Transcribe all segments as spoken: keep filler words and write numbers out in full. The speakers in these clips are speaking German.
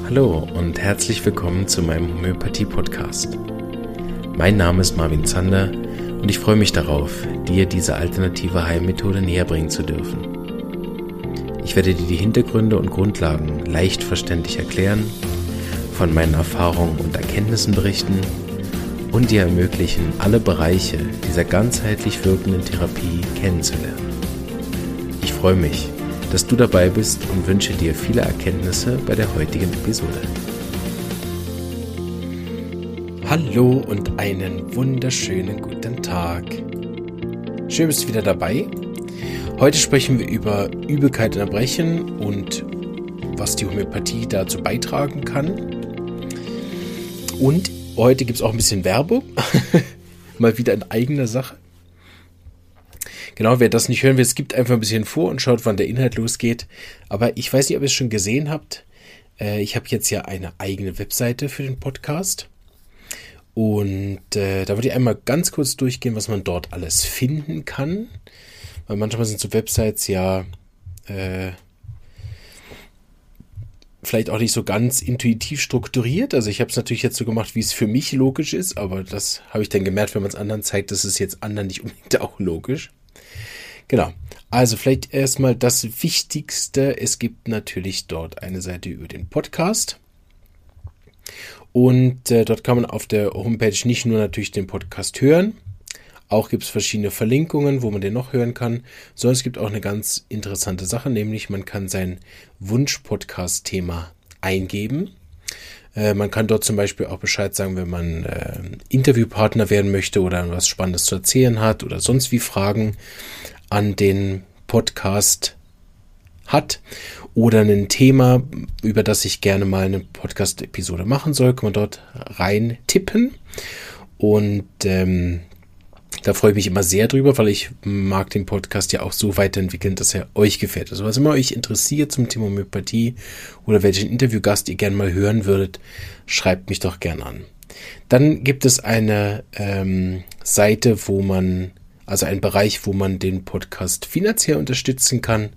Hallo und herzlich willkommen zu meinem Homöopathie-Podcast. Mein Name ist Marvin Zander und ich freue mich darauf, dir diese alternative Heilmethode näherbringen zu dürfen. Ich werde dir die Hintergründe und Grundlagen leicht verständlich erklären, von meinen Erfahrungen und Erkenntnissen berichten und dir ermöglichen, alle Bereiche dieser ganzheitlich wirkenden Therapie kennenzulernen. Ich freue mich, dass du dabei bist und wünsche dir viele Erkenntnisse bei der heutigen Episode. Hallo und einen wunderschönen guten Tag. Schön, bist du wieder dabei. Heute sprechen wir über Übelkeit und Erbrechen und was die Homöopathie dazu beitragen kann. Und heute gibt es auch ein bisschen Werbung. Mal wieder in eigener Sache. Genau, wer das nicht hören will, es gibt einfach ein bisschen vor und schaut, wann der Inhalt losgeht. Aber ich weiß nicht, ob ihr es schon gesehen habt. Äh, ich habe jetzt ja eine eigene Webseite für den Podcast. Und äh, da würde ich einmal ganz kurz durchgehen, was man dort alles finden kann. Weil manchmal sind so Websites ja äh, vielleicht auch nicht so ganz intuitiv strukturiert. Also ich habe es natürlich jetzt so gemacht, wie es für mich logisch ist. Aber das habe ich dann gemerkt, wenn man es anderen zeigt, das ist jetzt anderen nicht unbedingt auch logisch. Genau, also vielleicht erstmal das Wichtigste, es gibt natürlich dort eine Seite über den Podcast und äh, dort kann man auf der Homepage nicht nur natürlich den Podcast hören, auch gibt es verschiedene Verlinkungen, wo man den noch hören kann, sondern es gibt auch eine ganz interessante Sache, nämlich man kann sein Wunsch-Podcast-Thema eingeben. Äh, man kann dort zum Beispiel auch Bescheid sagen, wenn man äh, Interviewpartner werden möchte oder was Spannendes zu erzählen hat oder sonst wie Fragen an den Podcast hat oder ein Thema, über das ich gerne mal eine Podcast-Episode machen soll, kann man dort rein tippen und ähm, da freue ich mich immer sehr drüber, weil ich mag den Podcast ja auch so weiterentwickeln, dass er euch gefällt. Also was immer euch interessiert zum Thema Homöopathie oder welchen Interviewgast ihr gerne mal hören würdet, schreibt mich doch gerne an. Dann gibt es eine ähm, Seite, wo man Also ein Bereich, wo man den Podcast finanziell unterstützen kann.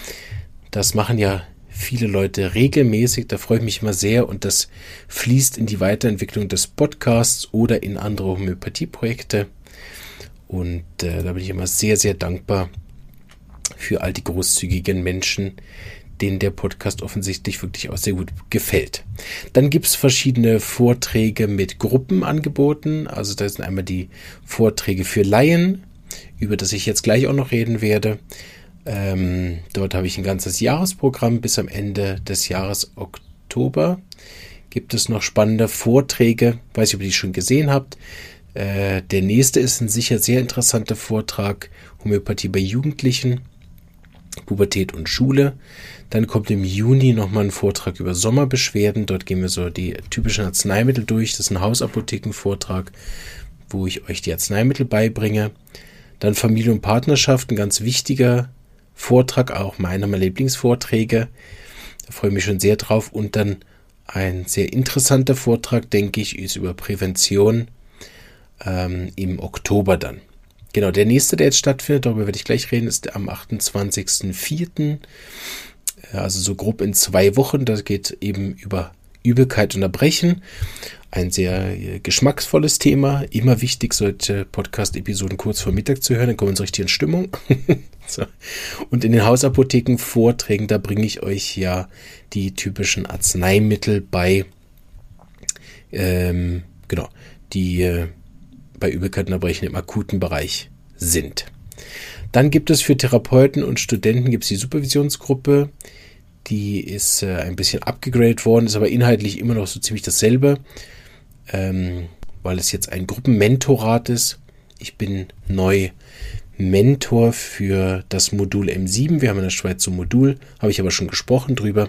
Das machen ja viele Leute regelmäßig. Da freue ich mich immer sehr. Und das fließt in die Weiterentwicklung des Podcasts oder in andere Homöopathieprojekte. Und äh, da bin ich immer sehr, sehr dankbar für all die großzügigen Menschen, denen der Podcast offensichtlich wirklich auch sehr gut gefällt. Dann gibt es verschiedene Vorträge mit Gruppenangeboten. Also da sind einmal die Vorträge für Laien, über das ich jetzt gleich auch noch reden werde. Ähm, dort habe ich ein ganzes Jahresprogramm. Bis am Ende des Jahres Oktober gibt es noch spannende Vorträge. Weiß nicht, ob ihr die schon gesehen habt. Äh, der nächste ist ein sicher sehr interessanter Vortrag. Homöopathie bei Jugendlichen, Pubertät und Schule. Dann kommt im Juni nochmal ein Vortrag über Sommerbeschwerden. Dort gehen wir so die typischen Arzneimittel durch. Das ist ein Hausapothekenvortrag, wo ich euch die Arzneimittel beibringe. Dann Familie und Partnerschaft, ein ganz wichtiger Vortrag, auch meiner meiner Lieblingsvorträge. Da freue ich mich schon sehr drauf. Und dann ein sehr interessanter Vortrag, denke ich, ist über Prävention ähm, im Oktober dann. Genau, der nächste, der jetzt stattfindet, darüber werde ich gleich reden, ist am achtundzwanzigsten vierten Also so grob in zwei Wochen. Das geht eben über Übelkeit und Erbrechen. Ein sehr geschmacksvolles Thema. Immer wichtig, solche Podcast-Episoden kurz vor Mittag zu hören, dann kommen wir so richtig in Stimmung. So. Und in den Hausapotheken-Vorträgen, da bringe ich euch ja die typischen Arzneimittel bei, ähm, genau, die äh, bei Übelkeit und Erbrechen im akuten Bereich sind. Dann gibt es für Therapeuten und Studenten gibt's die Supervisionsgruppe. Die ist äh, ein bisschen abgegradet worden, ist aber inhaltlich immer noch so ziemlich dasselbe, ähm, weil es jetzt ein Gruppenmentorat ist. Ich bin neu Mentor für das Modul M sieben. Wir haben in der Schweiz so ein Modul, habe ich aber schon gesprochen drüber.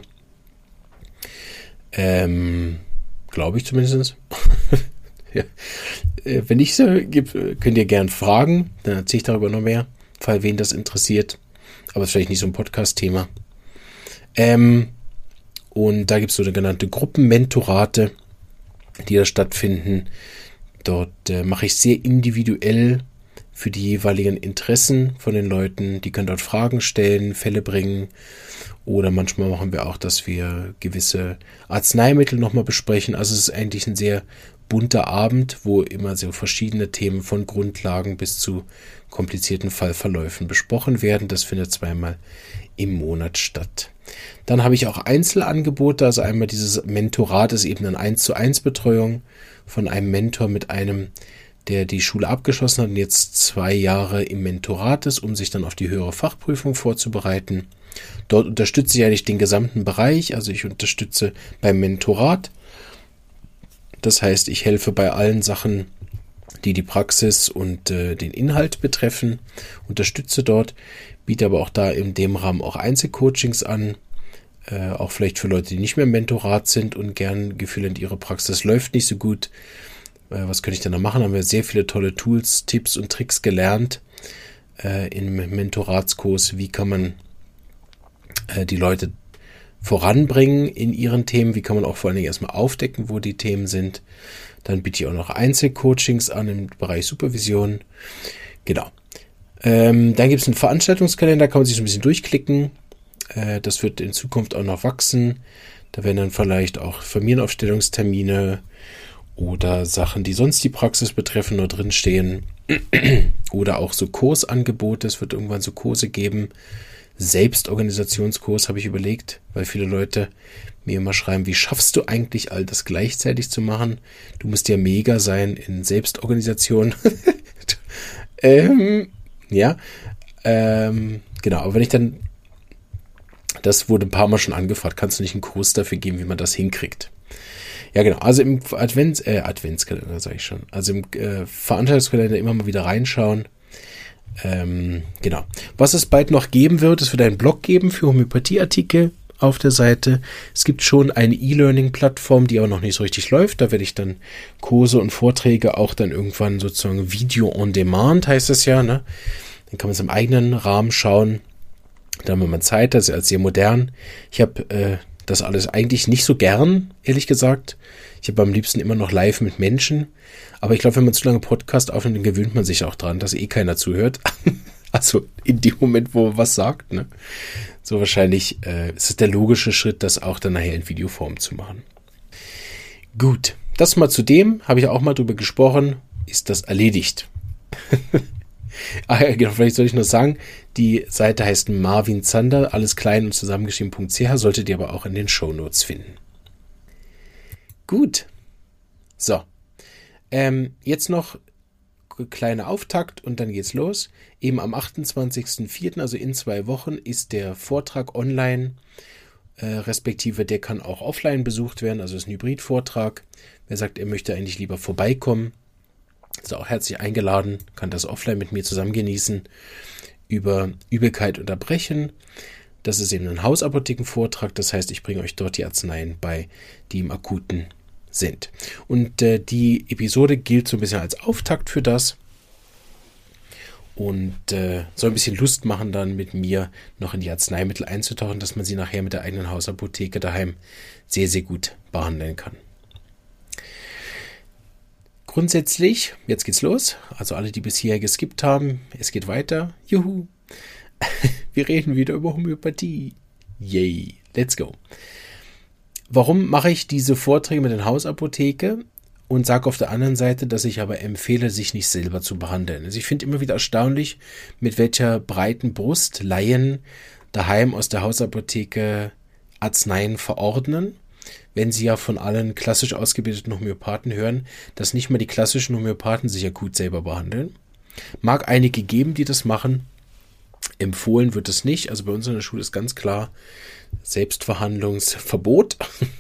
Ähm, glaube ich zumindest. Ja. Äh, wenn nicht so, könnt ihr gern fragen, dann erzähle ich darüber noch mehr, falls wen das interessiert. Aber es ist vielleicht nicht so ein Podcast-Thema. Ähm, und da gibt es so eine genannte Gruppenmentorate, die da stattfinden. Dort äh, mache ich sehr individuell für die jeweiligen Interessen von den Leuten. Die können dort Fragen stellen, Fälle bringen. Oder manchmal machen wir auch, dass wir gewisse Arzneimittel nochmal besprechen. Also es ist eigentlich ein sehr bunter Abend, wo immer so verschiedene Themen von Grundlagen bis zu komplizierten Fallverläufen besprochen werden. Das findet zweimal im Monat statt. Dann habe ich auch Einzelangebote, also einmal dieses Mentorat ist eben eine eins zu eins Betreuung von einem Mentor mit einem, der die Schule abgeschlossen hat und jetzt zwei Jahre im Mentorat ist, um sich dann auf die höhere Fachprüfung vorzubereiten. Dort unterstütze ich eigentlich den gesamten Bereich, also ich unterstütze beim Mentorat. Das heißt, ich helfe bei allen Sachen, die die Praxis und äh, den Inhalt betreffen, unterstütze dort, biete aber auch da in dem Rahmen auch Einzelcoachings an, äh, auch vielleicht für Leute, die nicht mehr im Mentorat sind und gern Gefühl in ihre Praxis läuft nicht so gut. Äh, was könnte ich denn da machen? Haben wir sehr viele tolle Tools, Tipps und Tricks gelernt äh, im Mentoratskurs. Wie kann man äh, die Leute voranbringen in ihren Themen, wie kann man auch vor allen Dingen erstmal aufdecken, wo die Themen sind. Dann biete ich auch noch Einzelcoachings an im Bereich Supervision. Genau. Ähm, dann gibt es einen Veranstaltungskalender, kann man sich so ein bisschen durchklicken. Äh, das wird in Zukunft auch noch wachsen. Da werden dann vielleicht auch Familienaufstellungstermine oder Sachen, die sonst die Praxis betreffen, nur drinstehen. Oder auch so Kursangebote. Es wird irgendwann so Kurse geben. Selbstorganisationskurs habe ich überlegt, weil viele Leute mir immer schreiben, wie schaffst du eigentlich all das gleichzeitig zu machen? Du musst ja mega sein in Selbstorganisation. ähm, ja, ähm, genau, aber wenn ich dann, das wurde ein paar Mal schon angefragt, kannst du nicht einen Kurs dafür geben, wie man das hinkriegt? Ja, genau, also im Advents, äh, Adventskalender sage ich schon, also im äh, Veranstaltungskalender immer mal wieder reinschauen. Ähm, genau. Was es bald noch geben wird, es wird einen Blog geben für Homöopathieartikel auf der Seite. Es gibt schon eine E-Learning-Plattform, die aber noch nicht so richtig läuft. Da werde ich dann Kurse und Vorträge auch dann irgendwann sozusagen Video on Demand, heißt es ja, ne? Dann kann man es im eigenen Rahmen schauen. Dann, wenn man Zeit hat, das ist sehr modern. Ich habe äh, das alles eigentlich nicht so gern, ehrlich gesagt. Ich habe am liebsten immer noch live mit Menschen. Aber ich glaube, wenn man zu lange Podcast aufnimmt, dann gewöhnt man sich auch dran, dass eh keiner zuhört. Also in dem Moment, wo man was sagt. Ne? So wahrscheinlich äh, ist es der logische Schritt, das auch dann nachher in Videoform zu machen. Gut, das mal zu dem, habe ich auch mal drüber gesprochen, ist das erledigt. Ach ja, genau, vielleicht soll ich noch sagen, die Seite heißt Marvin Zander, alles klein und zusammengeschrieben.ch, solltet ihr aber auch in den Shownotes finden. Gut, so, ähm, jetzt noch kleiner Auftakt und dann geht's los. Eben am achtundzwanzigsten vierten, also in zwei Wochen, ist der Vortrag online, äh, respektive der kann auch offline besucht werden, also ist ein Hybrid-Vortrag. Wer sagt, er möchte eigentlich lieber vorbeikommen, ist auch herzlich eingeladen, kann das offline mit mir zusammen genießen, über Übelkeit unterbrechen. Das ist eben ein Hausapothekenvortrag, das heißt, ich bringe euch dort die Arzneien bei, die im Akuten sind. Und äh, die Episode gilt so ein bisschen als Auftakt für das und äh, soll ein bisschen Lust machen, dann mit mir noch in die Arzneimittel einzutauchen, dass man sie nachher mit der eigenen Hausapotheke daheim sehr, sehr gut behandeln kann. Grundsätzlich, jetzt geht's los. Also alle, die bisher geskippt haben, es geht weiter. Juhu! Wir reden wieder über Homöopathie. Yay! Let's go! Warum mache ich diese Vorträge mit der Hausapotheke und sage auf der anderen Seite, dass ich aber empfehle, sich nicht selber zu behandeln? Also ich finde immer wieder erstaunlich, mit welcher breiten Brust Laien daheim aus der Hausapotheke Arzneien verordnen, wenn sie ja von allen klassisch ausgebildeten Homöopathen hören, dass nicht mal die klassischen Homöopathen sich akut selber behandeln. Mag einige geben, die das machen. Empfohlen wird es nicht. Also bei uns in der Schule ist ganz klar Selbstverhandlungsverbot.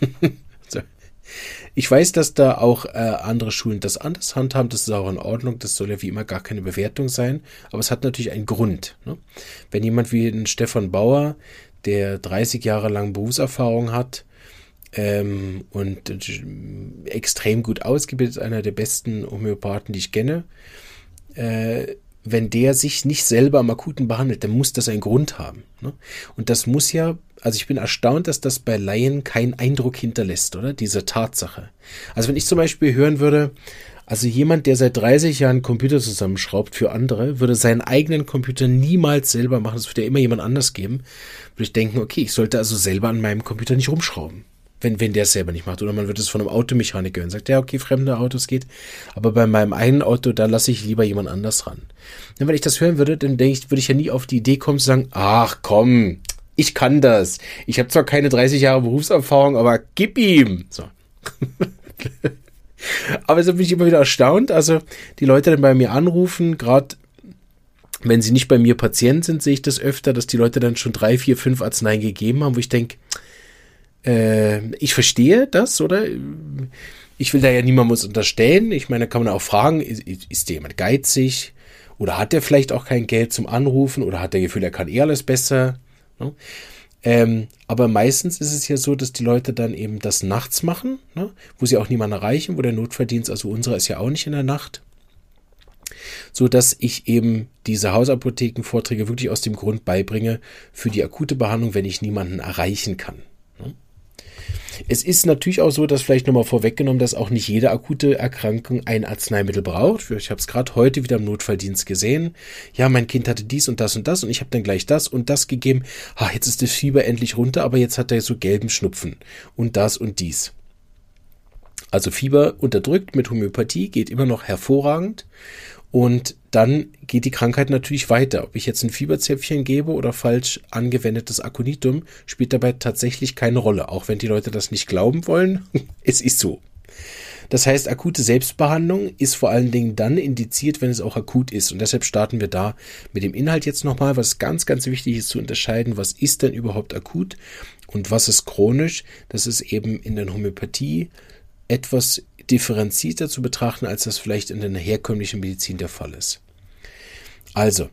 Ich weiß, dass da auch äh, andere Schulen das anders handhaben. Das ist auch in Ordnung. Das soll ja wie immer gar keine Bewertung sein. Aber es hat natürlich einen Grund. Ne? Wenn jemand wie ein Stefan Bauer, der dreißig Jahre lang Berufserfahrung hat, Ähm, und äh, extrem gut ausgebildet, einer der besten Homöopathen, die ich kenne. Äh, wenn der sich nicht selber am Akuten behandelt, dann muss das einen Grund haben. Ne? Und das muss ja also ich bin erstaunt, dass das bei Laien keinen Eindruck hinterlässt, oder? Diese Tatsache. Also wenn ich zum Beispiel hören würde, also jemand, der seit dreißig Jahren Computer zusammenschraubt für andere, würde seinen eigenen Computer niemals selber machen, das würde ja immer jemand anders geben, würde ich denken, okay, ich sollte also selber an meinem Computer nicht rumschrauben, wenn, wenn der es selber nicht macht. Oder man wird es von einem Automechaniker hören, sagt, ja, okay, fremde Autos geht, aber bei meinem eigenen Auto, da lasse ich lieber jemand anders ran. Und wenn ich das hören würde, dann denke ich, würde ich ja nie auf die Idee kommen zu sagen, ach komm, ich kann das. Ich habe zwar keine dreißig Jahre Berufserfahrung, aber gib ihm. So. Aber so bin ich immer wieder erstaunt. Also die Leute dann bei mir anrufen, gerade wenn sie nicht bei mir Patient sind, sehe ich das öfter, dass die Leute dann schon drei, vier, fünf Arzneien gegeben haben, wo ich denke, äh, ich verstehe das, oder? Ich will da ja niemandem was unterstellen. Ich meine, da kann man auch fragen, ist, ist der jemand geizig? Oder hat der vielleicht auch kein Geld zum Anrufen? Oder hat der Gefühl, er kann eh alles besser? Ne? Ähm, aber meistens ist es ja so, dass die Leute dann eben das nachts machen, ne? Wo sie auch niemanden erreichen, wo der Notfalldienst, also unserer ist ja auch nicht in der Nacht, so dass ich eben diese Hausapothekenvorträge wirklich aus dem Grund beibringe für die akute Behandlung, wenn ich niemanden erreichen kann. Ne? Es ist natürlich auch so, dass vielleicht nochmal vorweggenommen, dass auch nicht jede akute Erkrankung ein Arzneimittel braucht. Ich habe es gerade heute wieder im Notfalldienst gesehen. Ja, mein Kind hatte dies und das und das und ich habe dann gleich das und das gegeben. Ha, jetzt ist das Fieber endlich runter, aber jetzt hat er so gelben Schnupfen und das und dies. Also Fieber unterdrückt mit Homöopathie geht immer noch hervorragend. Und dann geht die Krankheit natürlich weiter. Ob ich jetzt ein Fieberzäpfchen gebe oder falsch angewendetes Aconitum, spielt dabei tatsächlich keine Rolle. Auch wenn die Leute das nicht glauben wollen, es ist so. Das heißt, akute Selbstbehandlung ist vor allen Dingen dann indiziert, wenn es auch akut ist. Und deshalb starten wir da mit dem Inhalt jetzt nochmal, was ganz, ganz wichtig ist zu unterscheiden, was ist denn überhaupt akut und was ist chronisch. Das ist eben in der Homöopathie etwas differenzierter zu betrachten, als das vielleicht in der herkömmlichen Medizin der Fall ist. Also,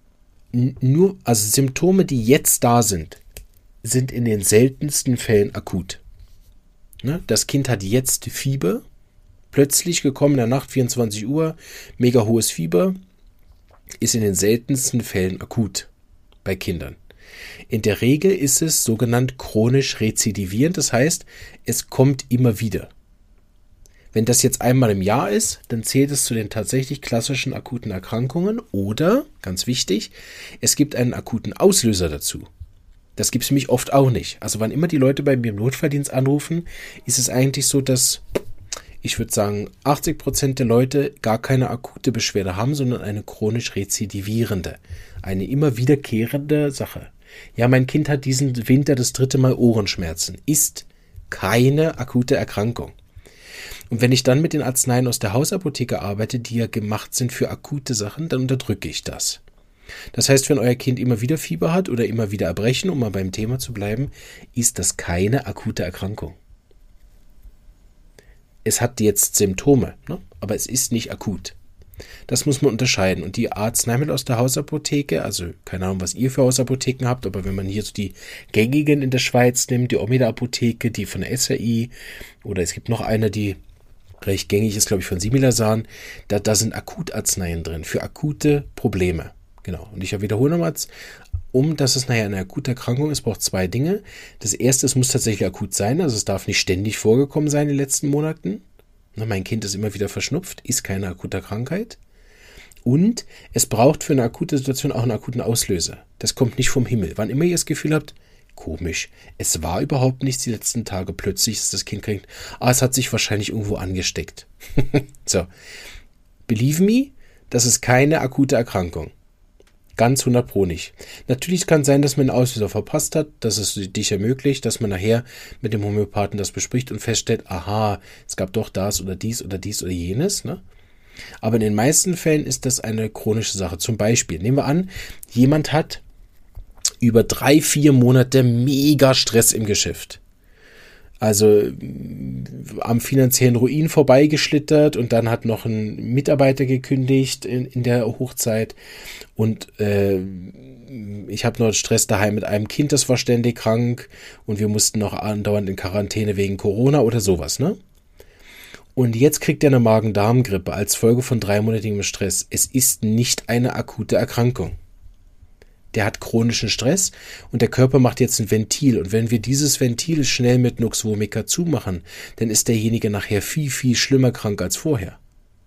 nur, also Symptome, die jetzt da sind, sind in den seltensten Fällen akut. Ne? Das Kind hat jetzt Fieber, plötzlich gekommen in der Nacht, vierundzwanzig Uhr, mega hohes Fieber, ist in den seltensten Fällen akut bei Kindern. In der Regel ist es sogenannt chronisch rezidivierend, das heißt, es kommt immer wieder. Wenn das jetzt einmal im Jahr ist, dann zählt es zu den tatsächlich klassischen akuten Erkrankungen oder, ganz wichtig, es gibt einen akuten Auslöser dazu. Das gibt es nämlich oft auch nicht. Also wann immer die Leute bei mir im Notfalldienst anrufen, ist es eigentlich so, dass, ich würde sagen, achtzig Prozent der Leute gar keine akute Beschwerde haben, sondern eine chronisch rezidivierende, eine immer wiederkehrende Sache. Ja, mein Kind hat diesen Winter das dritte Mal Ohrenschmerzen. Ist keine akute Erkrankung. Und wenn ich dann mit den Arzneien aus der Hausapotheke arbeite, die ja gemacht sind für akute Sachen, dann unterdrücke ich das. Das heißt, wenn euer Kind immer wieder Fieber hat oder immer wieder Erbrechen, um mal beim Thema zu bleiben, ist das keine akute Erkrankung. Es hat jetzt Symptome, ne? Aber es ist nicht akut. Das muss man unterscheiden. Und die Arzneimittel aus der Hausapotheke, also keine Ahnung, was ihr für Hausapotheken habt, aber wenn man hier so die gängigen in der Schweiz nimmt, die Omida-Apotheke, die von der S R I, oder es gibt noch eine, die recht gängig ist, glaube ich, von Similasan, da, da sind Akutarzneien drin, für akute Probleme. Genau. Und ich wiederhole nochmal, um dass es nachher eine akute Erkrankung ist, braucht zwei Dinge. Das erste, es muss tatsächlich akut sein, also es darf nicht ständig vorgekommen sein in den letzten Monaten. Na, mein Kind ist immer wieder verschnupft, ist keine akute Krankheit. Und es braucht für eine akute Situation auch einen akuten Auslöser. Das kommt nicht vom Himmel. Wann immer ihr das Gefühl habt, komisch, es war überhaupt nichts die letzten Tage, plötzlich ist das Kind kriegt, ah, es hat sich wahrscheinlich irgendwo angesteckt. So, believe me, das ist keine akute Erkrankung. Ganz hundert Pro nicht. Natürlich kann sein, dass man einen Auslöser verpasst hat, das ist dich ermöglicht, dass man nachher mit dem Homöopathen das bespricht und feststellt, aha, es gab doch das oder dies oder dies oder jenes, ne? Aber in den meisten Fällen ist das eine chronische Sache. Zum Beispiel, nehmen wir an, jemand hat über drei, vier Monate mega Stress im Geschäft. Also am finanziellen Ruin vorbeigeschlittert und dann hat noch ein Mitarbeiter gekündigt in, in der Hochzeit und äh, ich habe noch Stress daheim mit einem Kind, das war ständig krank und wir mussten noch andauernd in Quarantäne wegen Corona oder sowas, ne? Und jetzt kriegt er eine Magen-Darm-Grippe als Folge von dreimonatigem Stress. Es ist nicht eine akute Erkrankung. der hat chronischen Stress und der Körper macht jetzt ein Ventil. Und wenn wir dieses Ventil schnell mit Nux Vomica zumachen, dann ist derjenige nachher viel, viel schlimmer krank als vorher.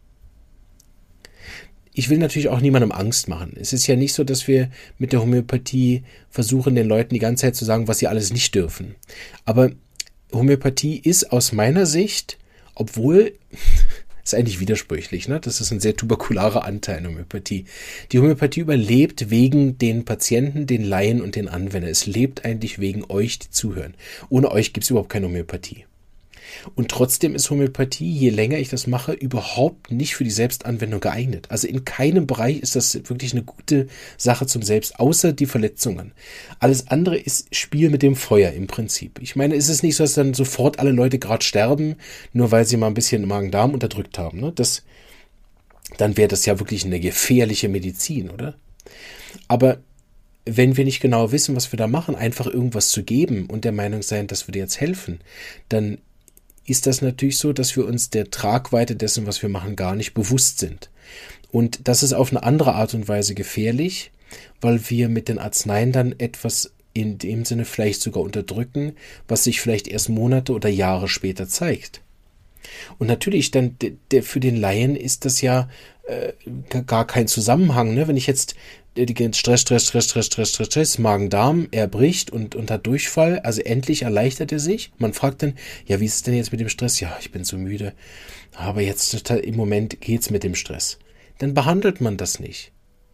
Ich will natürlich auch niemandem Angst machen. Es ist ja nicht so, dass wir mit der Homöopathie versuchen, den Leuten die ganze Zeit zu sagen, was sie alles nicht dürfen. Aber Homöopathie ist aus meiner Sicht, obwohl, ist eigentlich widersprüchlich, ne? Das ist ein sehr tuberkularer Anteil in Homöopathie. Die Homöopathie überlebt wegen den Patienten, den Laien und den Anwendern. Es lebt eigentlich wegen euch, die zuhören. Ohne euch gibt es überhaupt keine Homöopathie. Und trotzdem ist Homöopathie, je länger ich das mache, überhaupt nicht für die Selbstanwendung geeignet. Also in keinem Bereich ist das wirklich eine gute Sache zum Selbst, außer die Verletzungen. Alles andere ist Spiel mit dem Feuer im Prinzip. Ich meine, ist es nicht so, dass dann sofort alle Leute gerade sterben, nur weil sie mal ein bisschen Magen-Darm unterdrückt haben. Ne? Das, dann wäre das ja wirklich eine gefährliche Medizin, oder? Aber wenn wir nicht genau wissen, was wir da machen, einfach irgendwas zu geben und der Meinung sein, das würde jetzt helfen, dann ist das natürlich so, dass wir uns der Tragweite dessen, was wir machen, gar nicht bewusst sind. Und das ist auf eine andere Art und Weise gefährlich, weil wir mit den Arzneien dann etwas in dem Sinne vielleicht sogar unterdrücken, was sich vielleicht erst Monate oder Jahre später zeigt. Und natürlich dann de, de, für den Laien ist das ja äh, gar kein Zusammenhang. Ne? Wenn ich jetzt die Stress, Stress, Stress, Stress, Stress, Stress, Stress, Magen-Darm, er bricht und, und hat Durchfall, also endlich erleichtert er sich. Man fragt dann, ja, wie ist es denn jetzt mit dem Stress? Ja, ich bin so müde, aber jetzt im Moment geht's mit dem Stress. Dann behandelt man das nicht.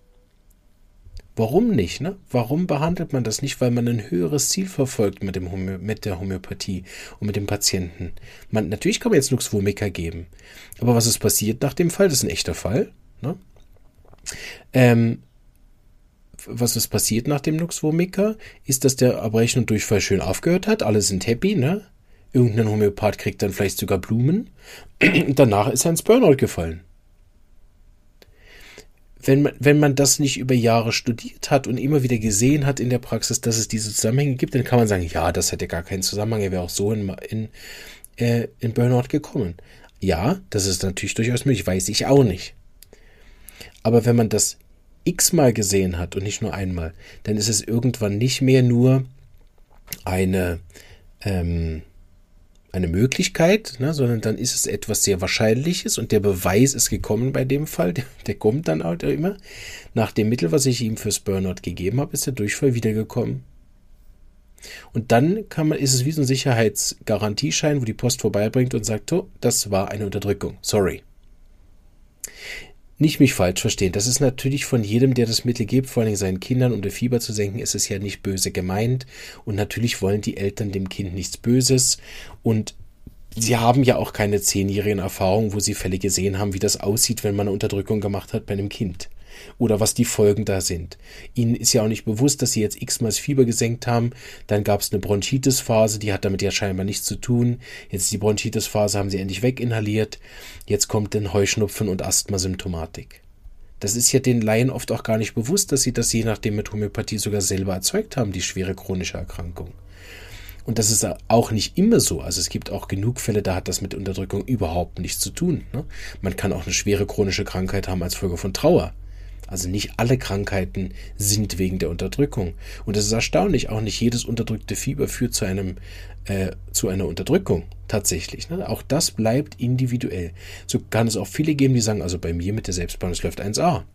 Warum nicht? Ne? Warum behandelt man das nicht? Weil man ein höheres Ziel verfolgt mit, dem Homö- mit der Homöopathie und mit dem Patienten. Man, natürlich kann man jetzt Nux Vomica geben, aber was ist passiert nach dem Fall? Das ist ein echter Fall. Ne? Ähm, was ist passiert nach dem Nux Vomica? Ist, dass der Erbrechen und Durchfall schön aufgehört hat. Alle sind happy, ne? Irgendein Homöopath kriegt dann vielleicht sogar Blumen. Und danach ist er ins Burnout gefallen. Wenn man, wenn man das nicht über Jahre studiert hat und immer wieder gesehen hat in der Praxis, dass es diese Zusammenhänge gibt, dann kann man sagen, ja, das hätte gar keinen Zusammenhang, er wäre auch so in, in, äh, in Burnout gekommen. Ja, das ist natürlich durchaus möglich, weiß ich auch nicht. Aber wenn man das x-mal gesehen hat und nicht nur einmal, dann ist es irgendwann nicht mehr nur eine, ähm, eine Möglichkeit, ne, sondern dann ist es etwas sehr Wahrscheinliches und der Beweis ist gekommen bei dem Fall, der, der kommt dann auch immer. Nach dem Mittel, was ich ihm fürs Burnout gegeben habe, ist der Durchfall wiedergekommen. Und dann kann man, ist es wie so ein Sicherheitsgarantieschein, wo die Post vorbeibringt und sagt, oh, das war eine Unterdrückung, sorry. Nicht mich falsch verstehen, das ist natürlich von jedem, der das Mittel gibt, vor allem seinen Kindern, um das Fieber zu senken, ist es ja nicht böse gemeint und natürlich wollen die Eltern dem Kind nichts Böses und sie haben ja auch keine zehnjährigen Erfahrungen, wo sie Fälle gesehen haben, wie das aussieht, wenn man eine Unterdrückung gemacht hat bei einem Kind oder was die Folgen da sind. Ihnen ist ja auch nicht bewusst, dass sie jetzt x-mal das Fieber gesenkt haben, dann gab es eine Bronchitis-Phase, die hat damit ja scheinbar nichts zu tun, jetzt die Bronchitis-Phase haben sie endlich weginhaliert, jetzt kommt dann Heuschnupfen und Asthma-Symptomatik. Das ist ja den Laien oft auch gar nicht bewusst, dass sie das je nachdem mit Homöopathie sogar selber erzeugt haben, die schwere chronische Erkrankung. Und das ist auch nicht immer so. Also es gibt auch genug Fälle, da hat das mit Unterdrückung überhaupt nichts zu tun. Ne? Man kann auch eine schwere chronische Krankheit haben als Folge von Trauer. Also nicht alle Krankheiten sind wegen der Unterdrückung. Und es ist erstaunlich, auch nicht jedes unterdrückte Fieber führt zu einem äh, zu einer Unterdrückung tatsächlich. Ne? Auch das bleibt individuell. So kann es auch viele geben, die sagen, also bei mir mit der Selbstbehandlung, es läuft eins a.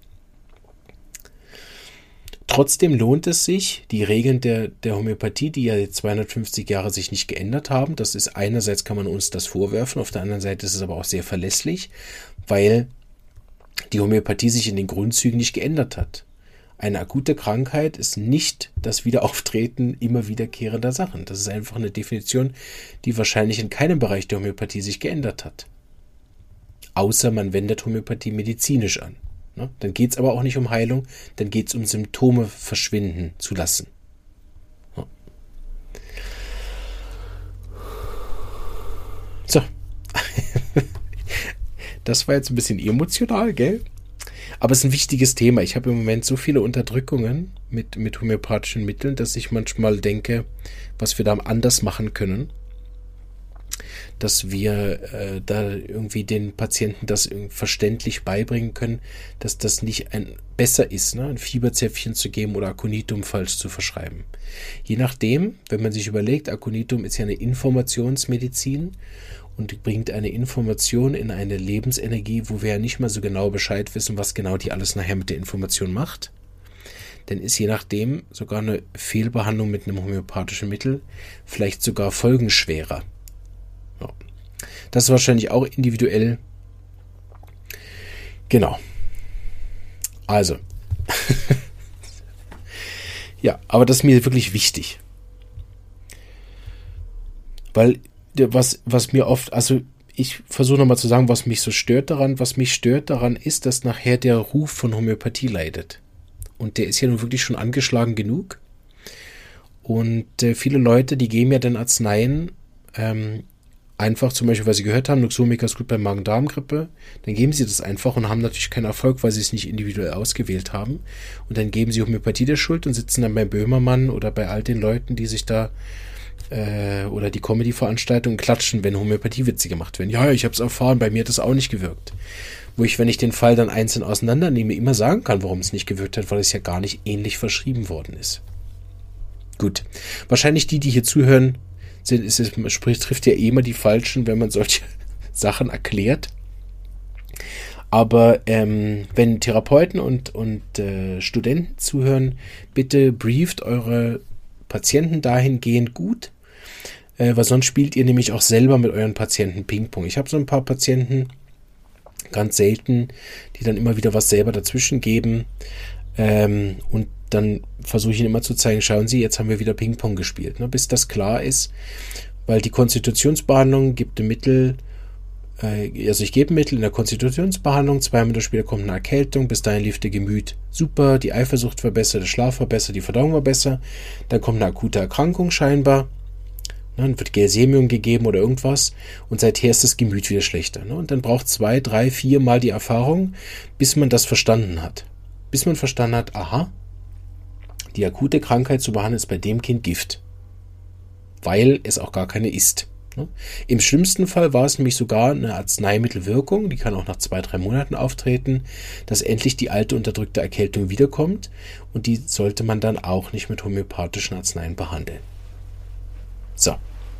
Trotzdem lohnt es sich, die Regeln der, der Homöopathie, die ja jetzt zweihundertfünfzig Jahre sich nicht geändert haben, das ist einerseits kann man uns das vorwerfen, auf der anderen Seite ist es aber auch sehr verlässlich, weil die Homöopathie sich in den Grundzügen nicht geändert hat. Eine akute Krankheit ist nicht das Wiederauftreten immer wiederkehrender Sachen. Das ist einfach eine Definition, die wahrscheinlich in keinem Bereich der Homöopathie sich geändert hat. Außer man wendet Homöopathie medizinisch an. Ne? Dann geht es aber auch nicht um Heilung, dann geht es um Symptome verschwinden zu lassen. Ja. So. Das war jetzt ein bisschen emotional, gell? Aber es ist ein wichtiges Thema. Ich habe im Moment so viele Unterdrückungen mit, mit homöopathischen Mitteln, dass ich manchmal denke, was wir da anders machen können. dass wir äh, da irgendwie den Patienten das verständlich beibringen können, dass das nicht ein besser ist, ne, ein Fieberzäpfchen zu geben oder Aconitum falsch zu verschreiben. Je nachdem, wenn man sich überlegt, Aconitum ist ja eine Informationsmedizin und bringt eine Information in eine Lebensenergie, wo wir ja nicht mal so genau Bescheid wissen, was genau die alles nachher mit der Information macht. Dann ist je nachdem sogar eine Fehlbehandlung mit einem homöopathischen Mittel vielleicht sogar folgenschwerer. Ja. Das ist wahrscheinlich auch individuell. Genau. Also. Ja, aber das ist mir wirklich wichtig. Weil was, was mir oft, also ich versuche nochmal zu sagen, was mich so stört daran. Was mich stört daran ist, dass nachher der Ruf von Homöopathie leidet. Und der ist ja nun wirklich schon angeschlagen genug. Und äh, viele Leute, die geben ja dann Arzneien, ähm, einfach zum Beispiel, weil sie gehört haben, Noxomica ist gut bei Magen-Darm-Grippe, dann geben sie das einfach und haben natürlich keinen Erfolg, weil sie es nicht individuell ausgewählt haben. Und dann geben sie Homöopathie der Schuld und sitzen dann bei Böhmermann oder bei all den Leuten, die sich da äh, oder die Comedy-Veranstaltungen klatschen, wenn Homöopathie-Witze gemacht werden. Ja, ich habe es erfahren, bei mir hat das auch nicht gewirkt. Wo ich, wenn ich den Fall dann einzeln auseinandernehme, immer sagen kann, warum es nicht gewirkt hat, weil es ja gar nicht ähnlich verschrieben worden ist. Gut, wahrscheinlich die, die hier zuhören, sind, ist es, sprich, trifft ja eh immer die Falschen, wenn man solche Sachen erklärt. Aber ähm, wenn Therapeuten und, und äh, Studenten zuhören, bitte brieft eure Patienten dahingehend gut, äh, weil sonst spielt ihr nämlich auch selber mit euren Patienten Ping-Pong. Ich habe so ein paar Patienten, ganz selten, die dann immer wieder was selber dazwischen geben. Ähm, und dann versuche ich ihnen immer zu zeigen, schauen Sie, jetzt haben wir wieder Ping-Pong gespielt, ne, bis das klar ist. Weil die Konstitutionsbehandlung gibt ein Mittel, äh, also ich gebe ein Mittel in der Konstitutionsbehandlung, zwei Minuten später kommt eine Erkältung, bis dahin lief der Gemüt super, die Eifersucht war besser, der Schlaf war besser, die Verdauung war besser, dann kommt eine akute Erkrankung scheinbar, dann wird Gelsemium gegeben oder irgendwas und seither ist das Gemüt wieder schlechter. Ne? Und dann braucht zwei, drei, vier Mal die Erfahrung, bis man das verstanden hat. Bis man verstanden hat, aha, die akute Krankheit zu behandeln ist bei dem Kind Gift. Weil es auch gar keine ist. Ne? Im schlimmsten Fall war es nämlich sogar eine Arzneimittelwirkung, die kann auch nach zwei, drei Monaten auftreten, dass endlich die alte unterdrückte Erkältung wiederkommt und die sollte man dann auch nicht mit homöopathischen Arzneien behandeln. So,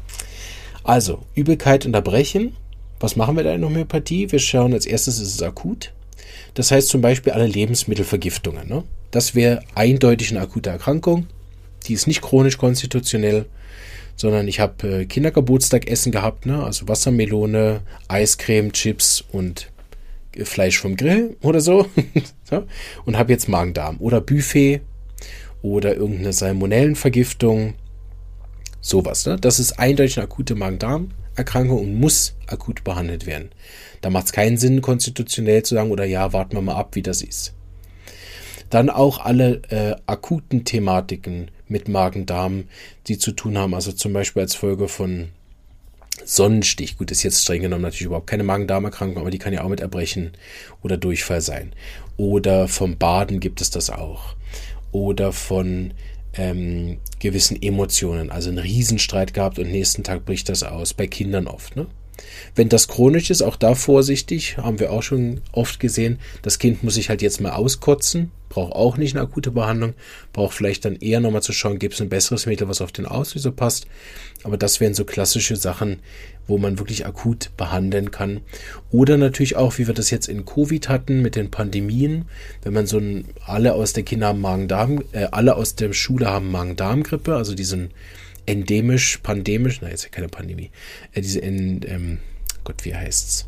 also Übelkeit unterbrechen. Was machen wir da in der Homöopathie? Wir schauen als erstes, ist es akut. Das heißt zum Beispiel alle Lebensmittelvergiftungen. Ne? Das wäre eindeutig eine akute Erkrankung. Die ist nicht chronisch konstitutionell, sondern ich habe äh, Kindergeburtstagessen gehabt, ne? Also Wassermelone, Eiscreme, Chips und äh, Fleisch vom Grill oder so. So. Und habe jetzt Magen-Darm oder Buffet oder irgendeine Salmonellenvergiftung. Sowas, ne? Das ist eindeutig eine akute Magen-Darm-Erkrankung und muss akut behandelt werden. Da macht es keinen Sinn, konstitutionell zu sagen, oder ja, warten wir mal ab, wie das ist. Dann auch alle äh, akuten Thematiken mit Magen-Darm, die zu tun haben, also zum Beispiel als Folge von Sonnenstich. Gut, ist jetzt streng genommen natürlich überhaupt keine Magen-Darm-Erkrankung, aber die kann ja auch mit Erbrechen oder Durchfall sein. Oder vom Baden gibt es das auch. Oder von ähm, gewissen Emotionen, also einen Riesenstreit gehabt und nächsten Tag bricht das aus, bei Kindern oft, ne? Wenn das chronisch ist, auch da vorsichtig, haben wir auch schon oft gesehen, das Kind muss sich halt jetzt mal auskotzen, braucht auch nicht eine akute Behandlung, braucht vielleicht dann eher nochmal zu schauen, gibt es ein besseres Mittel, was auf den Auslöser passt, aber das wären so klassische Sachen, wo man wirklich akut behandeln kann. Oder natürlich auch, wie wir das jetzt in Covid hatten, mit den Pandemien, wenn man so ein, alle aus der Kinder haben Magen-Darm, äh, alle aus der Schule haben Magen-Darm-Grippe, also diesen endemisch, pandemisch, nein, ist ja keine Pandemie, äh, diese, in, ähm, Gott, wie heißt's?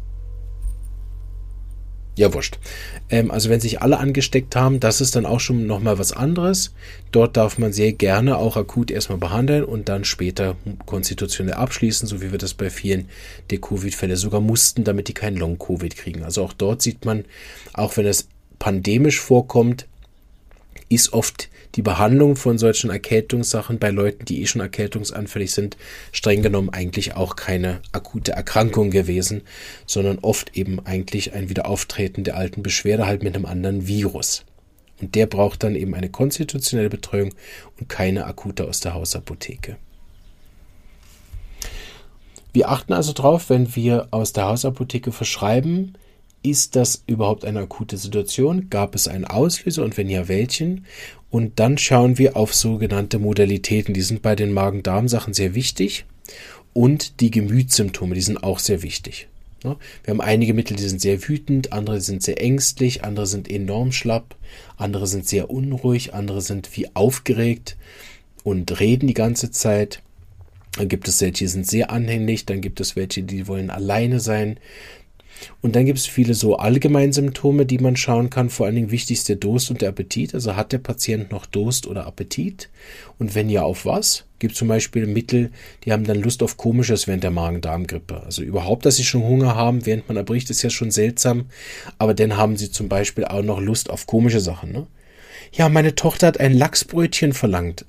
Ja, wurscht. Ähm, also wenn sich alle angesteckt haben, das ist dann auch schon nochmal was anderes. Dort darf man sehr gerne auch akut erstmal behandeln und dann später konstitutionell abschließen, so wie wir das bei vielen der Covid-Fälle sogar mussten, damit die keinen Long-Covid kriegen. Also auch dort sieht man, auch wenn es pandemisch vorkommt, ist oft die Behandlung von solchen Erkältungssachen bei Leuten, die eh schon erkältungsanfällig sind, streng genommen eigentlich auch keine akute Erkrankung gewesen, sondern oft eben eigentlich ein Wiederauftreten der alten Beschwerde halt mit einem anderen Virus. Und der braucht dann eben eine konstitutionelle Betreuung und keine akute aus der Hausapotheke. Wir achten also drauf, wenn wir aus der Hausapotheke verschreiben, ist das überhaupt eine akute Situation? Gab es einen Auslöser und wenn ja, welchen? Und dann schauen wir auf sogenannte Modalitäten. Die sind bei den Magen-Darm-Sachen sehr wichtig und die Gemütssymptome, die sind auch sehr wichtig. Wir haben einige Mittel, die sind sehr wütend, andere sind sehr ängstlich, andere sind enorm schlapp, andere sind sehr unruhig, andere sind wie aufgeregt und reden die ganze Zeit. Dann gibt es welche, die sind sehr anhänglich, dann gibt es welche, die wollen alleine sein. Und dann gibt es viele so Allgemeinsymptome, die man schauen kann. Vor allen Dingen wichtig ist der Durst und der Appetit. Also hat der Patient noch Durst oder Appetit? Und wenn ja, auf was? Gibt zum Beispiel Mittel, die haben dann Lust auf Komisches während der Magen-Darm-Grippe. Also überhaupt, dass sie schon Hunger haben, während man erbricht, ist ja schon seltsam. Aber dann haben sie zum Beispiel auch noch Lust auf komische Sachen. Ne? Ja, meine Tochter hat ein Lachsbrötchen verlangt.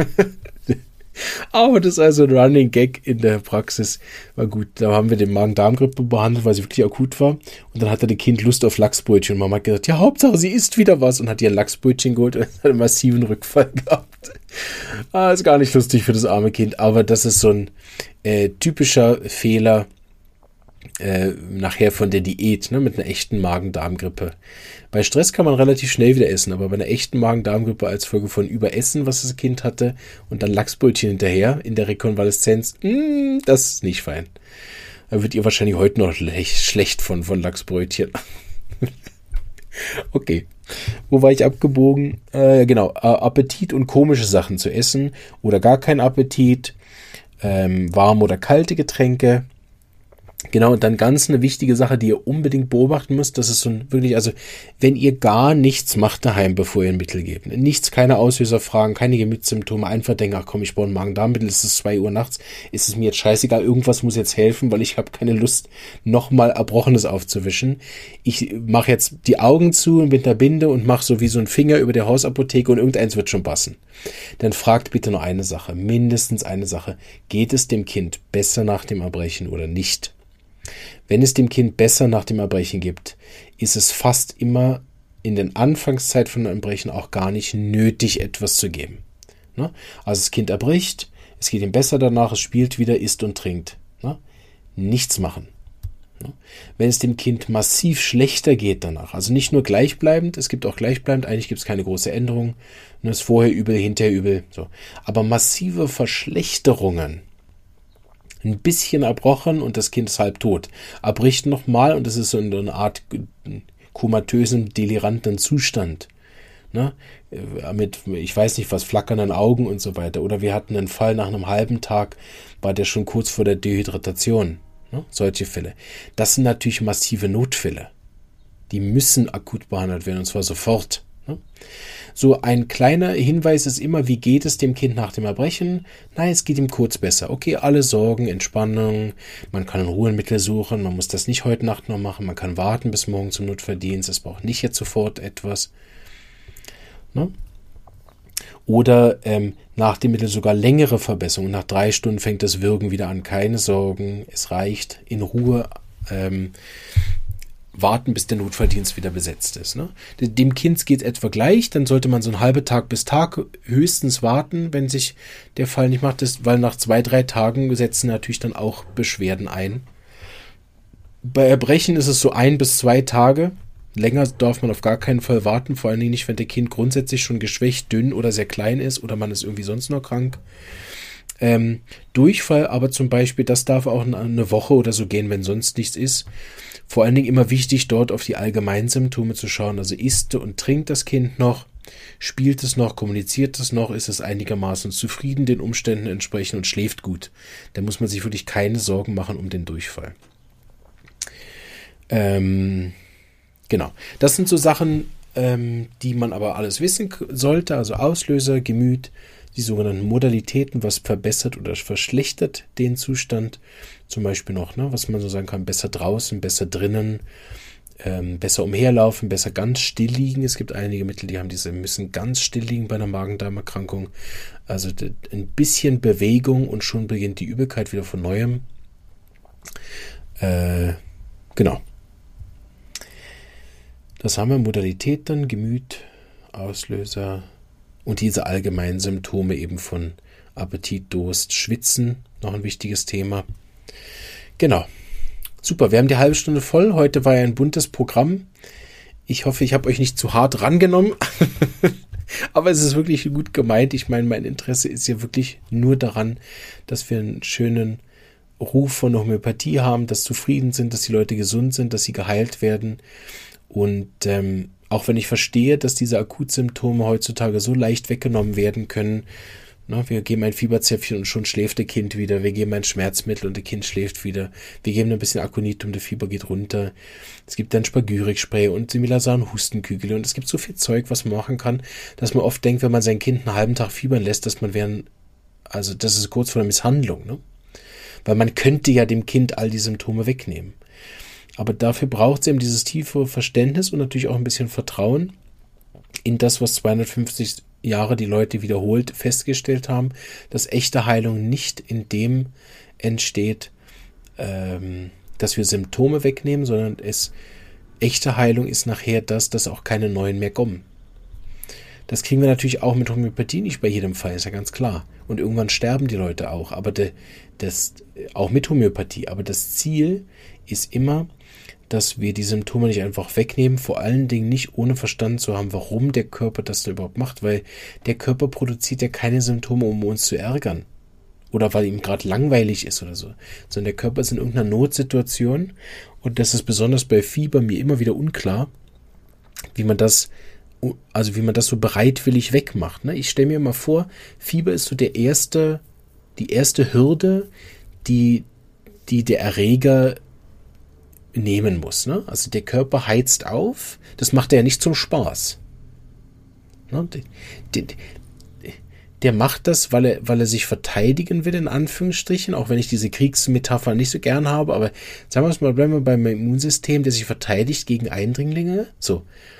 Aber das ist also ein Running Gag in der Praxis. War gut, da haben wir den Magen-Darm-Grippe behandelt, weil sie wirklich akut war. Und dann hatte das Kind Lust auf Lachsbrötchen. Und Mama hat gesagt, ja, Hauptsache sie isst wieder was. Und hat ihr ein Lachsbrötchen geholt und hat einen massiven Rückfall gehabt. Ah, ist gar nicht lustig für das arme Kind. Aber das ist so ein äh, typischer Fehler äh, nachher von der Diät, ne, mit einer echten Magen-Darm-Grippe. Bei Stress kann man relativ schnell wieder essen, aber bei einer echten Magen-Darm-Grippe als Folge von Überessen, was das Kind hatte, und dann Lachsbrötchen hinterher in der Rekonvaleszenz, mh, das ist nicht fein. Da wird ihr wahrscheinlich heute noch schlecht von, von Lachsbrötchen. Okay, wo war ich abgebogen? Äh, genau, Appetit und komische Sachen zu essen oder gar kein Appetit, ähm, warme oder kalte Getränke. Genau, und dann ganz eine wichtige Sache, die ihr unbedingt beobachten müsst, das ist so ein wirklich, also wenn ihr gar nichts macht daheim, bevor ihr ein Mittel gebt, nichts, keine Auslöserfragen, keine Gemütssymptome, einfach denken, ach komm, ich brauche ein Magen-Darm-Mittel, es ist zwei Uhr nachts, ist es mir jetzt scheißegal, irgendwas muss jetzt helfen, weil ich habe keine Lust, nochmal Erbrochenes aufzuwischen. Ich mache jetzt die Augen zu mit der Binde und mache so wie so einen Finger über der Hausapotheke und irgendeins wird schon passen. Dann fragt bitte nur eine Sache, mindestens eine Sache, geht es dem Kind besser nach dem Erbrechen oder nicht? Wenn es dem Kind besser nach dem Erbrechen gibt, ist es fast immer in der Anfangszeit von einem Erbrechen auch gar nicht nötig, etwas zu geben. Ne? Also das Kind erbricht, es geht ihm besser danach, es spielt wieder, isst und trinkt. Ne? Nichts machen. Ne? Wenn es dem Kind massiv schlechter geht danach, also nicht nur gleichbleibend, es gibt auch gleichbleibend, eigentlich gibt es keine große Änderung, ne? Es ist vorher übel, hinterher übel, so. Aber massive Verschlechterungen, ein bisschen erbrochen und das Kind ist halb tot. Erbricht nochmal und das ist so eine Art komatösen, deliranten Zustand. Ne? Mit, ich weiß nicht was, flackernden Augen und so weiter. Oder wir hatten einen Fall nach einem halben Tag, war der schon kurz vor der Dehydratation. Ne? Solche Fälle. Das sind natürlich massive Notfälle. Die müssen akut behandelt werden und zwar sofort. Ne? So ein kleiner Hinweis ist immer, wie geht es dem Kind nach dem Erbrechen? Nein, es geht ihm kurz besser. Okay, alle Sorgen, Entspannung, man kann ein Ruhemittel suchen, man muss das nicht heute Nacht noch machen, man kann warten bis morgen zum Notfalldienst, es braucht nicht jetzt sofort etwas. Ne? Oder ähm, nach dem Mittel sogar längere Verbesserung. Nach drei Stunden fängt das Würgen wieder an. Keine Sorgen, es reicht, in Ruhe ähm, warten, bis der Notfalldienst wieder besetzt ist. Ne? Dem Kind geht es etwa gleich, dann sollte man so einen halben Tag bis Tag höchstens warten, wenn sich der Fall nicht macht, ist, weil nach zwei, drei Tagen setzen natürlich dann auch Beschwerden ein. Bei Erbrechen ist es so ein bis zwei Tage. Länger darf man auf gar keinen Fall warten, vor allen Dingen nicht, wenn der Kind grundsätzlich schon geschwächt, dünn oder sehr klein ist oder man ist irgendwie sonst noch krank. Ähm, Durchfall aber zum Beispiel, das darf auch eine Woche oder so gehen, wenn sonst nichts ist. Vor allen Dingen immer wichtig, dort auf die allgemeinen Symptome zu schauen. Also isst und trinkt das Kind noch, spielt es noch, kommuniziert es noch, ist es einigermaßen zufrieden den Umständen entsprechend und schläft gut. Da muss man sich wirklich keine Sorgen machen um den Durchfall. Ähm, genau, das sind so Sachen, ähm, die man aber alles wissen sollte. Also Auslöser, Gemüt, die sogenannten Modalitäten, was verbessert oder verschlechtert den Zustand. Zum Beispiel noch, ne, was man so sagen kann, besser draußen, besser drinnen, ähm, besser umherlaufen, besser ganz still liegen. Es gibt einige Mittel, die haben diese, müssen ganz still liegen bei einer Magen-Darm-Erkrankung. Also ein bisschen Bewegung und schon beginnt die Übelkeit wieder von Neuem. Äh, genau. Das haben wir, Modalität dann, Gemüt, Auslöser und diese allgemeinen Symptome eben von Appetit, Durst, Schwitzen, noch ein wichtiges Thema. Genau. Super, wir haben die halbe Stunde voll. Heute war ja ein buntes Programm. Ich hoffe, ich habe euch nicht zu hart rangenommen. Aber es ist wirklich gut gemeint. Ich meine, mein Interesse ist ja wirklich nur daran, dass wir einen schönen Ruf von Homöopathie haben, dass zufrieden sind, dass die Leute gesund sind, dass sie geheilt werden. Und ähm, auch wenn ich verstehe, dass diese Akutsymptome heutzutage so leicht weggenommen werden können, na, wir geben ein Fieberzäpfchen und schon schläft das Kind wieder, wir geben ein Schmerzmittel und das Kind schläft wieder, wir geben ein bisschen Aconitum, das Fieber geht runter, es gibt dann Spagyrik-Spray und Similasan Hustenkügel und es gibt so viel Zeug, was man machen kann, dass man oft denkt, wenn man sein Kind einen halben Tag fiebern lässt, dass man während, also das ist kurz vor der Misshandlung, ne? Weil man könnte ja dem Kind all die Symptome wegnehmen. Aber dafür braucht es eben dieses tiefe Verständnis und natürlich auch ein bisschen Vertrauen in das, was zweihundertfünfzig Jahre die Leute wiederholt festgestellt haben, dass echte Heilung nicht in dem entsteht, ähm, dass wir Symptome wegnehmen, sondern es echte Heilung ist nachher das, dass auch keine neuen mehr kommen. Das kriegen wir natürlich auch mit Homöopathie nicht bei jedem Fall, ist ja ganz klar. Und irgendwann sterben die Leute auch, aber de, das auch mit Homöopathie. Aber das Ziel ist immer, dass wir die Symptome nicht einfach wegnehmen, vor allen Dingen nicht ohne Verstanden zu haben, warum der Körper das denn überhaupt macht, weil der Körper produziert ja keine Symptome, um uns zu ärgern oder weil ihm gerade langweilig ist oder so, sondern der Körper ist in irgendeiner Notsituation und das ist besonders bei Fieber mir immer wieder unklar, wie man das, also wie man das so bereitwillig wegmacht. Ne? Ich stelle mir mal vor, Fieber ist so der erste, die erste Hürde, die, die der Erreger nehmen muss. Ne? Also der Körper heizt auf, das macht er ja nicht zum Spaß. Ne? Der, der, der macht das, weil er, weil er sich verteidigen will, in Anführungsstrichen, auch wenn ich diese Kriegsmetapher nicht so gern habe, aber sagen wir es mal, bleiben wir beim Immunsystem, der sich verteidigt gegen Eindringlinge. So.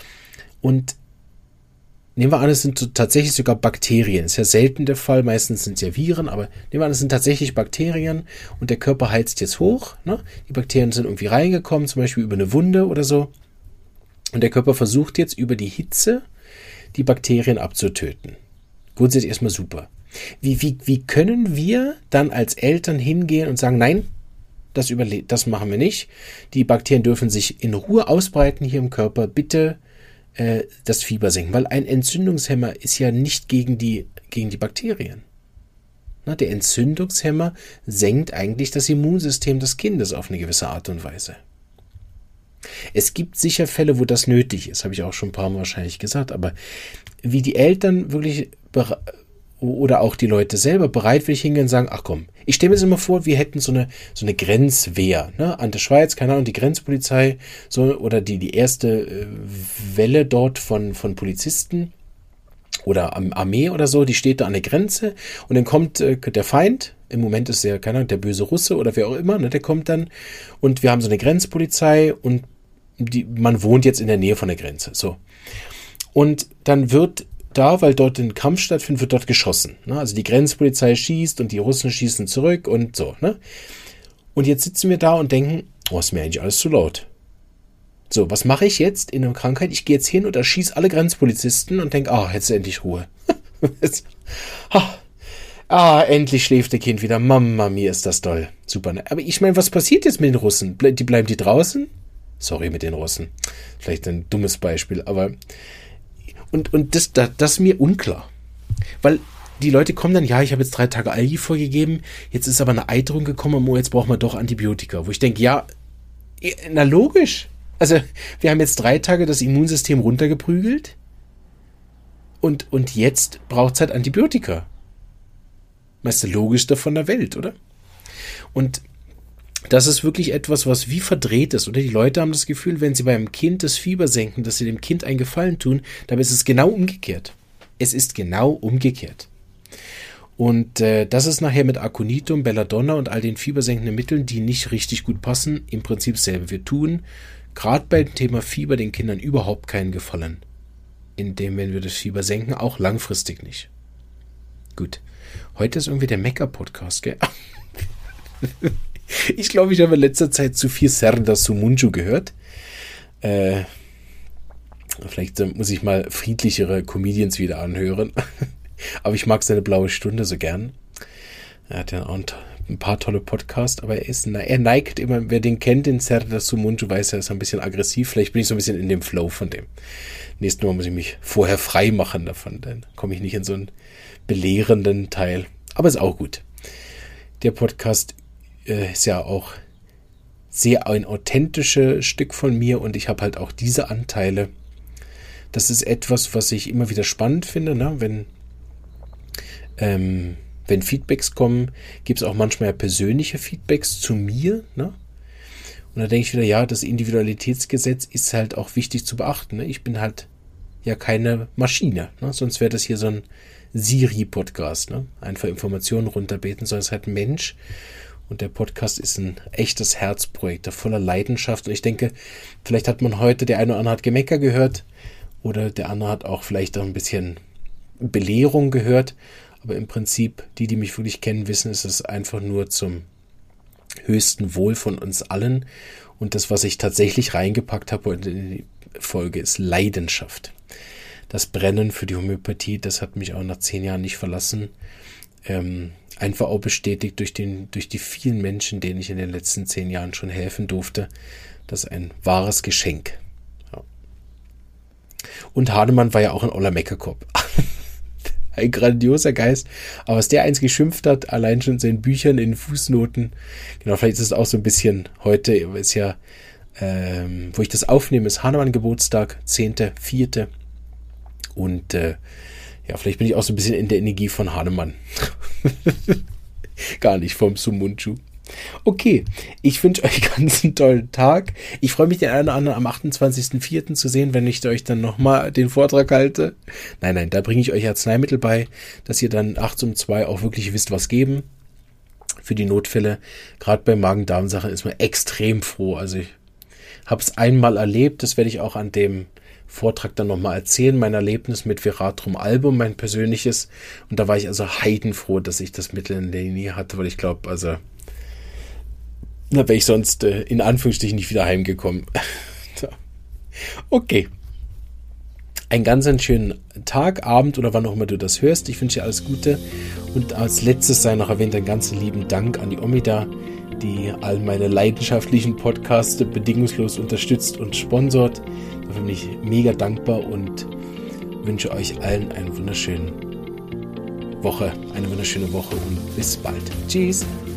Und nehmen wir an, es sind tatsächlich sogar Bakterien. Ist ja selten der Fall, meistens sind es ja Viren, aber nehmen wir an, es sind tatsächlich Bakterien und der Körper heizt jetzt hoch. Ne? Die Bakterien sind irgendwie reingekommen, zum Beispiel über eine Wunde oder so. Und der Körper versucht jetzt über die Hitze die Bakterien abzutöten. Grundsätzlich erstmal super. Wie, wie, wie können wir dann als Eltern hingehen und sagen, nein, das, überle- das machen wir nicht. Die Bakterien dürfen sich in Ruhe ausbreiten hier im Körper. Bitte das Fieber senken, weil ein Entzündungshemmer ist ja nicht gegen die, gegen die Bakterien. Na, der Entzündungshemmer senkt eigentlich das Immunsystem des Kindes auf eine gewisse Art und Weise. Es gibt sicher Fälle, wo das nötig ist, habe ich auch schon ein paar Mal wahrscheinlich gesagt, aber wie die Eltern wirklich bere- oder auch die Leute selber bereitwillig hingehen und sagen, ach komm, ich stelle mir das immer vor, wir hätten so eine, so eine Grenzwehr, ne, an der Schweiz, keine Ahnung, die Grenzpolizei, so, oder die, die erste äh, Welle dort von, von Polizisten oder Armee oder so, die steht da an der Grenze und dann kommt äh, der Feind, im Moment ist der, keine Ahnung, der böse Russe oder wer auch immer, ne, der kommt dann und wir haben so eine Grenzpolizei und die, man wohnt jetzt in der Nähe von der Grenze, so. Und dann wird da, weil dort ein Kampf stattfindet, wird dort geschossen. Ne? Also die Grenzpolizei schießt und die Russen schießen zurück und so. Ne? Und jetzt sitzen wir da und denken, oh, ist mir eigentlich alles zu laut. So, was mache ich jetzt in einer Krankheit? Ich gehe jetzt hin und erschieße alle Grenzpolizisten und denke, ah, oh, jetzt endlich Ruhe. ah, endlich schläft der Kind wieder. Mama, mir ist das toll. Super. Ne? Aber ich meine, was passiert jetzt mit den Russen? Ble- die bleiben die draußen? Sorry mit den Russen. Vielleicht ein dummes Beispiel, aber Und, und das, das, das ist mir unklar. Weil die Leute kommen dann, ja, ich habe jetzt drei Tage Algi vorgegeben, jetzt ist aber eine Eiterung gekommen, oh, jetzt brauchen wir doch Antibiotika. Wo ich denke, ja, na logisch. Also wir haben jetzt drei Tage das Immunsystem runtergeprügelt und, und jetzt braucht es halt Antibiotika. Das ist das Logischste von der Welt, oder? Und das ist wirklich etwas, was wie verdreht ist, oder? Die Leute haben das Gefühl, wenn sie beim Kind das Fieber senken, dass sie dem Kind einen Gefallen tun, dabei ist es genau umgekehrt. Es ist genau umgekehrt. Und äh, das ist nachher mit Aconitum, Belladonna und all den fiebersenkenden Mitteln, die nicht richtig gut passen, im Prinzip dasselbe. Wir tun gerade beim Thema Fieber den Kindern überhaupt keinen Gefallen, indem, wenn wir das Fieber senken, auch langfristig nicht. Gut. Heute ist irgendwie der Mecker-Podcast, gell? Ich glaube, ich habe in letzter Zeit zu viel Serdar Somuncu gehört. Äh, vielleicht muss ich mal friedlichere Comedians wieder anhören. Aber ich mag seine blaue Stunde so gern. Er hat ja auch ein paar tolle Podcasts, aber er ist, er neigt immer, wer den kennt, den Serdar Somuncu, weiß, er ist ein bisschen aggressiv. Vielleicht bin ich so ein bisschen in dem Flow von dem. Nächstes Mal muss ich mich vorher frei machen davon, dann komme ich nicht in so einen belehrenden Teil. Aber ist auch gut. Der Podcast äh, ist ja auch sehr ein authentisches Stück von mir und ich habe halt auch diese Anteile. Das ist etwas, was ich immer wieder spannend finde, ne? wenn ähm, Wenn Feedbacks kommen, gibt es auch manchmal ja persönliche Feedbacks zu mir. Ne? Und da denke ich wieder, ja, das Individualitätsgesetz ist halt auch wichtig zu beachten. Ne? Ich bin halt ja keine Maschine. Ne? Sonst wäre das hier so ein Siri-Podcast. Ne? Einfach Informationen runterbeten, sondern es ist halt ein Mensch. Und der Podcast ist ein echtes Herzprojekt, voller Leidenschaft. Und ich denke, vielleicht hat man heute, der eine oder andere hat Gemecker gehört oder der andere hat auch vielleicht auch ein bisschen Belehrung gehört. Aber im Prinzip, die, die mich wirklich kennen, wissen, ist es einfach nur zum höchsten Wohl von uns allen. Und das, was ich tatsächlich reingepackt habe in die Folge, ist Leidenschaft. Das Brennen für die Homöopathie, das hat mich auch nach zehn Jahren nicht verlassen. Ähm, einfach auch bestätigt durch, den, durch die vielen Menschen, denen ich in den letzten zehn Jahren schon helfen durfte. Das ist ein wahres Geschenk. Ja. Und Hahnemann war ja auch ein oller Meckerkopf. Ein grandioser Geist. Aber was der eins geschimpft hat, allein schon in seinen Büchern, in den Fußnoten. Genau, vielleicht ist es auch so ein bisschen heute, ist ja, ähm, wo ich das aufnehme, ist Hahnemann Geburtstag, zehnter vierte Und äh, ja, vielleicht bin ich auch so ein bisschen in der Energie von Hahnemann. Gar nicht vom Somuncu. Okay, ich wünsche euch ganz einen tollen Tag. Ich freue mich, den einen oder anderen am achtundzwanzigsten vierten zu sehen, wenn ich euch dann nochmal den Vortrag halte. Nein, nein, da bringe ich euch Arzneimittel bei, dass ihr dann nachts um zwei auch wirklich wisst, was geben. Für die Notfälle, gerade bei Magen-Darm-Sachen ist man extrem froh. Also ich habe es einmal erlebt, das werde ich auch an dem Vortrag dann nochmal erzählen, mein Erlebnis mit Veratrum Album, mein persönliches. Und da war ich also heidenfroh, dass ich das Mittel in der Nähe hatte, weil ich glaube, also da wäre ich sonst äh, in Anführungsstrichen nicht wieder heimgekommen. So. Okay. Einen ganz einen schönen Tag, Abend oder wann auch immer du das hörst. Ich wünsche dir alles Gute. Und als letztes sei noch erwähnt, einen ganz lieben Dank an die Omida, die all meine leidenschaftlichen Podcasts bedingungslos unterstützt und sponsort. Dafür bin ich mega dankbar und wünsche euch allen eine wunderschöne Woche, eine wunderschöne Woche und bis bald. Tschüss.